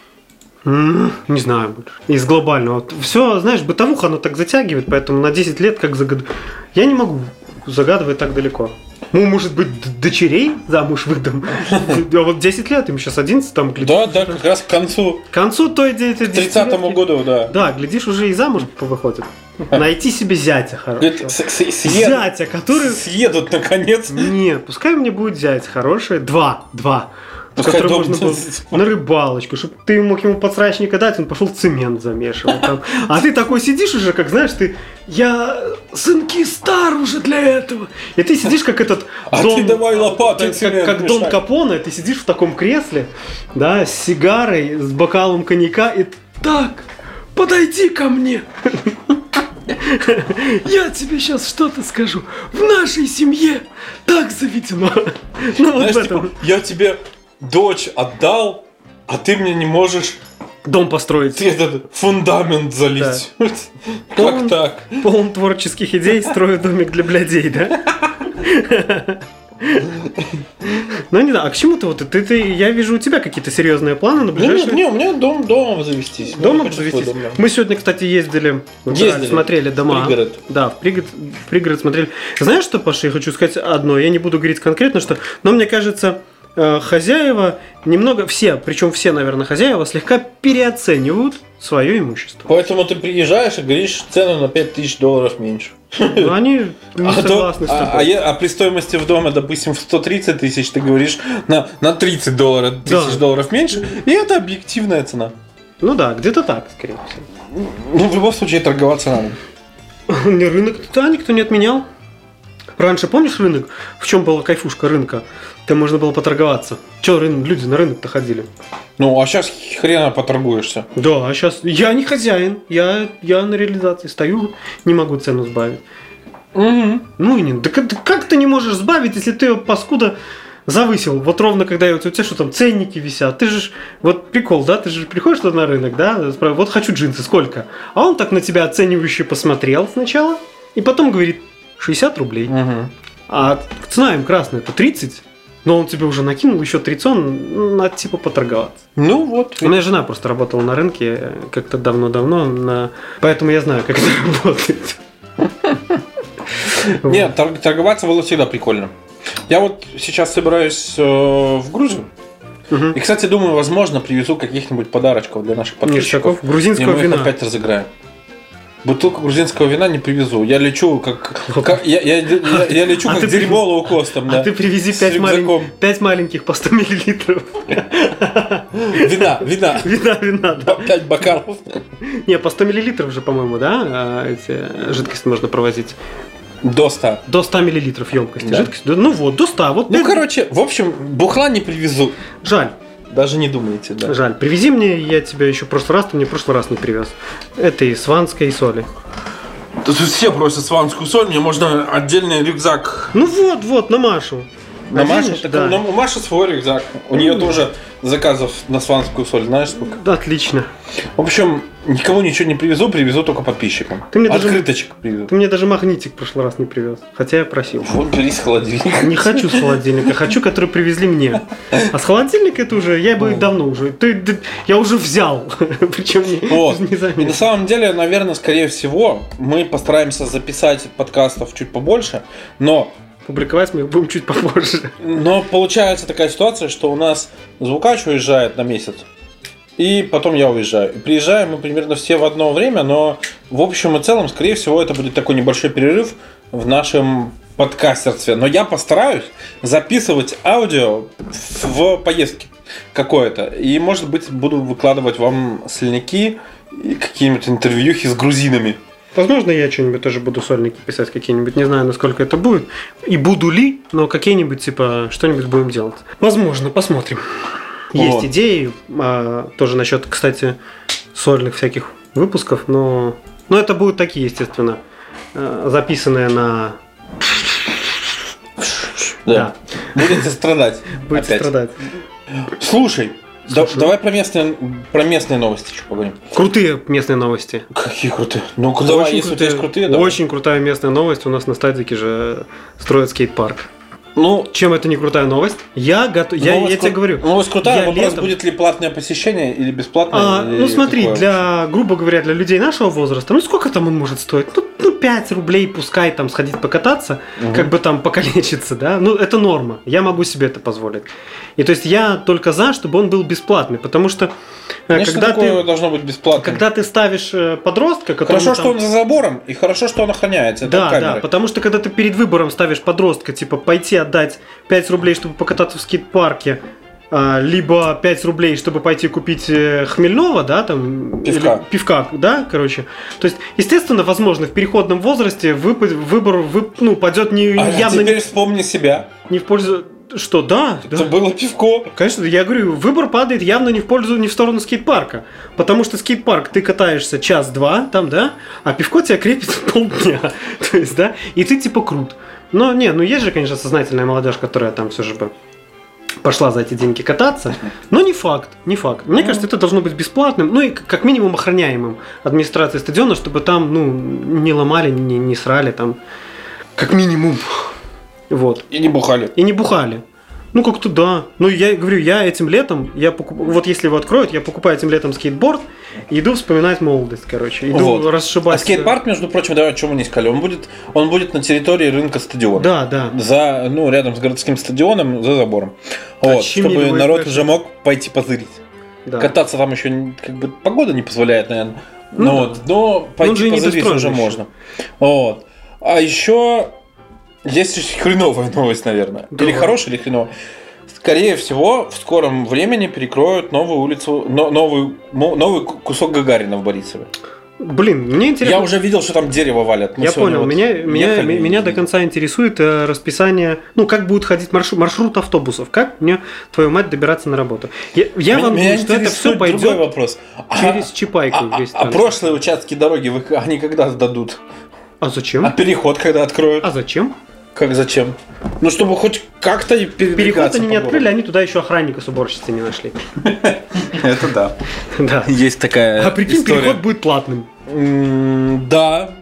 S2: М, Не знаю больше. Из глобального. Все, знаешь, бытовуха, оно так затягивает, поэтому на десять лет как загад... Я не могу загадывать так далеко. Ну, может быть, д- дочерей замуж выдам. А вот десять лет, им сейчас одиннадцать, там, глядишь.
S4: Да, да, как раз к концу,
S2: К концу той де-
S4: к
S2: де-
S4: тридцатому
S2: десятилетки.
S4: году, да.
S2: Да, глядишь, уже и замуж выходит. Найти себе зятя
S4: Говорит,
S2: хорошего.
S4: с- с- съедут,
S2: Зятя, который...
S4: съедут наконец.
S2: Нет, пускай мне будет зять хороший. Два, два. С
S4: Пускай
S2: которым
S4: дом-
S2: можно было на рыбалочку, чтобы ты мог ему подсрачника дать, он пошел цемент замешивать. Там. А ты такой сидишь уже, как знаешь, ты я сынки стар уже для этого. И ты сидишь как этот
S4: А
S2: Дон,
S4: ты давай лопатой
S2: как,
S4: цемент
S2: как Дон
S4: мешай.
S2: Капоне, ты сидишь в таком кресле, да, с сигарой, с бокалом коньяка и так, подойди ко мне. Я тебе сейчас что-то скажу. В нашей семье так заведено. Ну вот
S4: Знаешь,
S2: в этом.
S4: типа, я тебе дочь отдал, а ты мне не можешь
S2: Дом построить.
S4: ты этот фундамент залить.
S2: Он-
S4: Как так?
S2: Полон творческих идей, строю домик для блядей, да? Ну, не знаю, а к чему ты вот? Ты, ты, я вижу у тебя какие-то серьезные планы на
S4: Ну,
S2: ближайшие...
S4: нет, не, у меня дом, домом завестись.
S2: Дома
S4: Я хочу
S2: завестись?
S4: свой дом, да.
S2: Мы сегодня, кстати, ездили,
S4: Ездили.
S2: смотрели дома.
S4: В пригород.
S2: Да, в пригород, в пригород смотрели. Знаешь, что, Паша, я хочу сказать одно. Я не буду говорить конкретно, что... Но мне кажется, э, хозяева немного... Все, причем все, наверное, хозяева слегка переоценивают свое имущество.
S4: Поэтому ты приезжаешь и говоришь цену на пять тысяч долларов меньше.
S2: Но они не
S4: А, то-
S2: согласны с
S4: а,
S2: тобой.
S4: а я- а при стоимости в доме, допустим, в сто тридцать тысяч, ты говоришь на, на тридцать долларов, тысяч
S2: Да.
S4: долларов меньше, и это объективная цена.
S2: Ну да, где-то так, скорее всего.
S4: Ну, в любом случае, торговаться надо.
S2: Не рынок, да, никто не отменял. Раньше, помнишь рынок? В чем была кайфушка рынка? Там можно было поторговаться. Че рынок, люди на рынок-то ходили?
S4: Ну, а сейчас хрена поторгуешься.
S2: Да, а сейчас я не хозяин, я, я на реализации стою, не могу цену сбавить.
S4: Угу.
S2: Ну и не, да как, да как ты не можешь сбавить, если ты ее, паскуда, завысил? Вот ровно когда я, вот, у тебя что там, ценники висят, ты же, ж- вот прикол, да, ты же приходишь туда на рынок, да, спрашиваешь, вот хочу джинсы, сколько? А он так на тебя оценивающе посмотрел сначала, и потом говорит, шестьдесят рублей.
S4: Угу.
S2: А цена им красная, это тридцать. Но он тебе уже накинул еще тридцать, он надо типа поторговаться.
S4: Ну вот.
S2: У меня жена просто работала на рынке э, как-то давно-давно, на... поэтому я знаю, как это работает.
S4: Нет, тор- торговаться было всегда прикольно. Я вот сейчас собираюсь э, в Грузию.
S2: Мгм.
S4: И, кстати, думаю, возможно, привезу каких-нибудь подарочков для наших подписчиков.
S2: Ништяков. Грузинского
S4: и мы их
S2: вина.
S4: опять разыграем. Бутылку грузинского вина не привезу. Я лечу как, как- я, я- я- я лечу
S2: А
S4: как
S2: ты
S4: дерьмо лоукостом.
S2: А
S4: да.
S2: ты привези
S4: С
S2: пять,
S4: рюкзаком.
S2: малень- пять маленьких по сто миллилитров.
S4: Вина, вина.
S2: Вина, вина, да.
S4: Пять бокалов.
S2: Не, по сто миллилитров же, по-моему, да, а, эти жидкости можно провозить.
S4: До ста.
S2: До ста миллилитров емкости
S4: Да.
S2: жидкости. Да, ну вот, до ста. Вот
S4: Ну,
S2: пять-
S4: короче, в общем, бухла не привезу.
S2: Жаль.
S4: Даже не думайте, да.
S2: Жаль. Привези мне, я тебя еще в прошлый раз, ты мне в прошлый раз не привез. Это и сванской, и соли.
S4: Тут все просят сванскую соль, мне можно отдельный рюкзак
S2: Ну вот, вот, на Машу.
S4: на Машу.
S2: Оденешь?
S4: Так,
S2: Да.
S4: ну, у Маши свой рюкзак. У нее тоже заказов на сванскую соль, знаешь сколько?
S2: Да, отлично.
S4: В общем, никому ничего не привезу, привезу только подписчикам.
S2: Ты мне даже-
S4: Открыточек привезу.
S2: Ты мне даже магнитик в прошлый раз не привез. Хотя я просил.
S4: Вот бери с холодильника.
S2: Не хочу с холодильника, хочу, который привезли мне. А с холодильника это уже, я бы давно уже, ты, ты- я уже взял. Причем не,
S4: Вот.
S2: не
S4: И на
S2: заметил.
S4: самом деле, наверное, скорее всего, мы постараемся записать подкастов чуть побольше, но
S2: Публиковать мы их будем чуть попозже.
S4: Но получается такая ситуация, что у нас звукач уезжает на месяц, и потом я уезжаю. И приезжаем мы примерно все в одно время, но в общем и целом, скорее всего, это будет такой небольшой перерыв в нашем подкастерстве. Но я постараюсь записывать аудио в поездке какое-то. И, может быть, буду выкладывать вам сольники и какие-нибудь интервьюхи с грузинами.
S2: Возможно, я что-нибудь тоже буду сольники писать какие-нибудь. Не знаю, насколько это будет. И буду ли, но какие-нибудь, типа, что-нибудь будем делать. Возможно, посмотрим. Есть
S4: Вот.
S2: идеи, а, тоже насчет, кстати, сольных всяких выпусков, но, но это будут такие, естественно, а, записанные на... Да.
S4: Будете страдать.
S2: Будет
S4: опять.
S2: страдать.
S4: Слушай, да-
S2: Слушай.
S4: давай про местные, про местные новости еще поговорим.
S2: Крутые местные новости.
S4: Какие крутые? Ну, давай,
S2: Очень
S4: если у тебя есть крутые, давай.
S2: Очень крутая местная новость. У нас на стадике же строят скейт-парк.
S4: Ну,
S2: Чем это не крутая новость? Я готов. Я,
S4: новость
S2: я тебе
S4: кру-
S2: говорю.
S4: Новость крутая,
S2: я
S4: вопрос,
S2: летом-
S4: будет ли платное посещение или бесплатное.
S2: А,
S4: или
S2: ну смотри,
S4: какое?
S2: для, грубо говоря, для людей нашего возраста, ну сколько там он может стоить? Ну, ну пять рублей, пускай там сходить покататься,
S4: Мгм.
S2: как бы там покалечиться, да? Ну это норма, я могу себе это позволить. И то есть я только за, чтобы он был бесплатный, потому что э,
S4: Конечно,
S2: когда
S4: такое
S2: ты,
S4: должно быть бесплатно.
S2: когда ты ставишь э, подростка, который
S4: Хорошо, что он за забором, и хорошо, что он охраняется. Это
S2: Да,
S4: камеры.
S2: да, потому что когда ты перед выбором ставишь подростка, типа пойти отдать пять рублей, чтобы покататься в скейт-парке, а, либо пять рублей, чтобы пойти купить э, хмельного, да, там,
S4: Пивка.
S2: или пивка, да, короче. То есть, естественно, возможно, в переходном возрасте вып- выбор вып- ну, падет не,
S4: А
S2: явно
S4: теперь
S2: не,
S4: вспомни себя.
S2: не в пользу... Что, да, да.
S4: Это было пивко.
S2: Конечно, я говорю, выбор падает явно не в пользу, не в сторону скейт-парка. Потому что скейт-парк ты катаешься час-два, там, да, а пивко тебя крепит полдня. То есть, да, и ты типа крут. Но не, ну есть же, конечно, сознательная молодежь, которая там все же бы пошла за эти деньги кататься. Но не факт, не факт. Мне кажется, это должно быть бесплатным, ну и как минимум охраняемым администрацией стадиона, чтобы там, ну, не ломали, не, не срали там. Как минимум. Вот.
S4: И не бухали.
S2: И не бухали. Ну, как-то да. Ну, я говорю, я этим летом, я покуп... вот если его откроют, я покупаю этим летом скейтборд и иду вспоминать молодость, короче. Иду вот. расшибать.
S4: А скейт-парк, между прочим, давай, что мы не сказали, он будет, он будет на территории рынка стадиона.
S2: Да, да.
S4: За, ну, рядом с городским стадионом, за забором. Вот, чтобы народ уже мог пойти позырить. Да. Кататься там еще как бы погода не позволяет, наверное. Ну, ну, вот, но пойти ну, позырить уже еще. можно. Вот. А еще есть хреновая новость, наверное. Да. Или хорошая, или хреновая. Скорее всего, в скором времени перекроют новую улицу, но, новый, новый кусок Гагарина в Борисове.
S2: Блин, мне интересно.
S4: Я уже видел, что там дерево валят. Мы
S2: я понял. Вот меня, меня, меня до конца интересует расписание, ну, как будет ходить маршрут, маршрут автобусов. Как мне, твою мать, добираться на работу. Я, я
S4: меня,
S2: вам
S4: меня
S2: думаю, что это все пойдет
S4: вопрос.
S2: через
S4: а,
S2: Чапайку.
S4: А, весь а, а прошлые участки дороги вы, они когда сдадут?
S2: А зачем?
S4: А переход когда откроют?
S2: А зачем?
S4: Как зачем? Ну, чтобы хоть как-то передвигаться.
S2: Переход они не открыли, они туда еще охранника с уборщицей не нашли.
S4: Это да.
S2: Да.
S4: Есть такая
S2: А прикинь, переход будет платным.
S4: Да.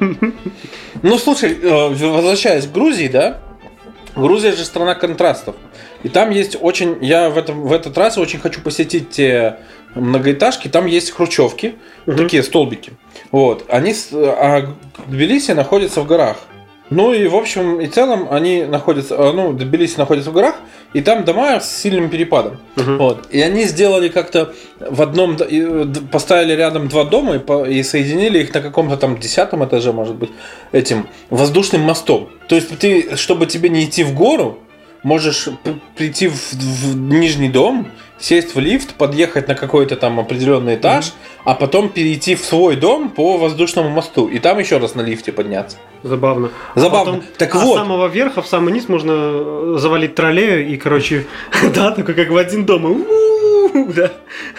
S4: Ну, слушай, возвращаясь к Грузии, да? Грузия же страна контрастов. И там есть очень... Я в, этом, в этот раз очень хочу посетить те многоэтажки. Там есть хрущевки, угу. такие столбики. Вот. Они... А Тбилиси находится в горах. Ну и в общем и целом они находятся, ну, Тбилиси находится в горах, и там дома с сильным перепадом. Uh-huh. Вот. И они сделали как-то в одном, поставили рядом два дома и, и соединили их на каком-то там десятом этаже, может быть, этим воздушным мостом. То есть ты, чтобы тебе не идти в гору, можешь прийти в, в нижний дом, сесть в лифт, подъехать на какой-то там определенный этаж, mm-hmm. а потом перейти в свой дом по воздушному мосту. И там еще раз на лифте подняться.
S2: Забавно.
S4: Забавно.
S2: Потом,
S4: так
S2: а
S4: вот.
S2: С самого верха в самый низ можно завалить троллею и, короче, да, только как в один дом. Да.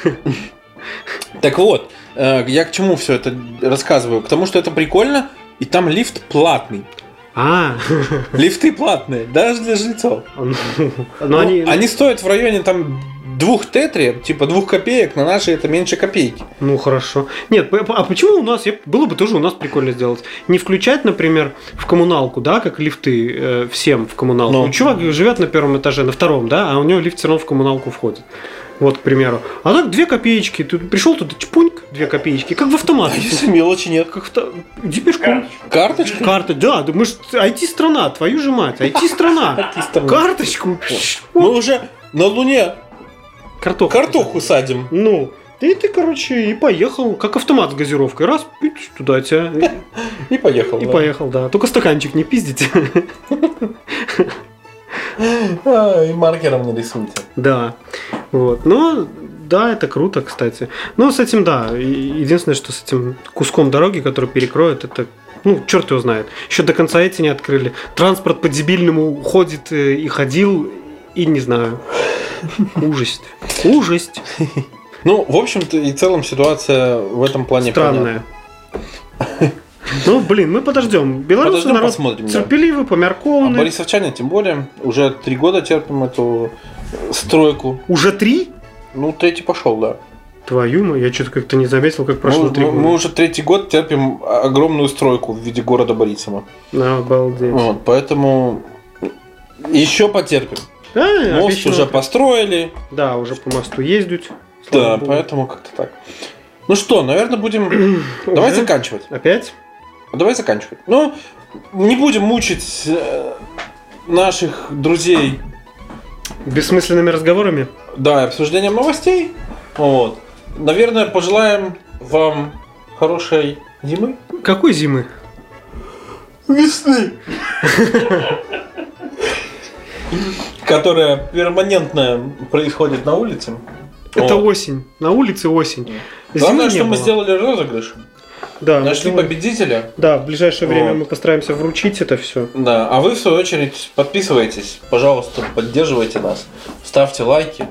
S4: Так вот, я к чему все это рассказываю? К тому, что это прикольно, и там лифт платный.
S2: А,
S4: лифты платные, даже для жильцов.
S2: Но
S4: ну,
S2: они...
S4: они стоят в районе там двух тетри, типа двух копеек, на наши это меньше копейки.
S2: Ну хорошо. Нет, а почему у нас, было бы тоже у нас прикольно сделать. Не включать, например, в коммуналку, да, как лифты э, всем в коммуналку. Но. Чувак живет на первом этаже, на втором, да, а у него лифт все равно в коммуналку входит. Вот, к примеру. А так две копеечки. Ты пришел туда, чпуньк, две копеечки, как в автомате.
S4: А если мелочи нет?
S2: Как в иди пешком.
S4: Карточка?
S2: Карта, да. Мы же ай ти-страна, твою же мать. ай ти-страна. Карточку.
S4: Мы уже на Луне
S2: Картоху,
S4: картоху садим.
S2: Ну, и ты, короче, и поехал. Как автомат с газировкой. Раз, туда тебя.
S4: И поехал.
S2: И поехал, да. Только стаканчик не пиздите.
S4: И маркером не рисуйте.
S2: Да. Вот. Но, да, это круто, кстати. Но с этим, да. Единственное, что с этим куском дороги, который перекроют, это, ну, черт его знает. Еще до конца эти не открыли. Транспорт по-дебильному ходит и ходил, и не знаю. Ужасть. Ужасть.
S4: Ну, в общем-то и целом ситуация в этом плане
S2: странная. Ну, блин, мы подождем. Белорусы
S4: подождем,
S2: народ терпеливый, помяркованный.
S4: А борисовчане, тем более, уже три года терпим эту стройку.
S2: Уже три?
S4: Ну, третий пошел, да.
S2: Твою мать, я что-то как-то не заметил, как прошло три года.
S4: Мы уже третий год терпим огромную стройку в виде города Борисова.
S2: Обалдеть.
S4: Вот, поэтому еще потерпим.
S2: А,
S4: мост уже построили.
S2: Да, уже по мосту ездят.
S4: Да, Богу. Поэтому как-то так. Ну что, наверное, будем... Давай заканчивать.
S2: Опять?
S4: Давай заканчивать. Ну, не будем мучить наших друзей
S2: бессмысленными разговорами.
S4: Да, обсуждением новостей. Вот. Наверное, пожелаем вам хорошей зимы.
S2: Какой зимы?
S4: Весны. Которая перманентно происходит на улице.
S2: Это вот. Осень. На улице осень.
S4: Главное, что мы сделали розыгрыш.
S2: Да,
S4: нашли мы... победителя.
S2: Да, в ближайшее вот. время мы постараемся вручить это все.
S4: Да, а вы в свою очередь подписывайтесь, пожалуйста, поддерживайте нас, ставьте лайки.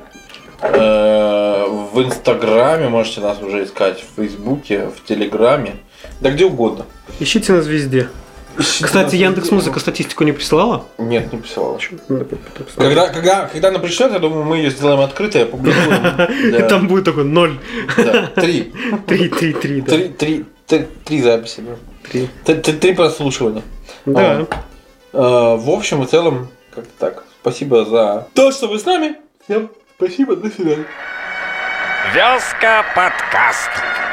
S4: В Инстаграме можете нас уже искать, в Фейсбуке, в Телеграме, да где угодно.
S2: Ищите нас везде. Ищите Кстати, Яндекс.Музыка статистику не присылала?
S4: Нет, не присылала. Когда, когда, когда она пришлет, я думаю, мы ее сделаем открытой, опубликуем.
S2: И там будет такой ноль.
S4: Три.
S2: Три, три, три, да.
S4: Три записи, да. Три. Три прослушивания.
S2: Да.
S4: Э, в общем и целом, как-то так. Спасибо за то, что вы с нами. Всем спасибо, до свидания.
S1: Вёска подкаст.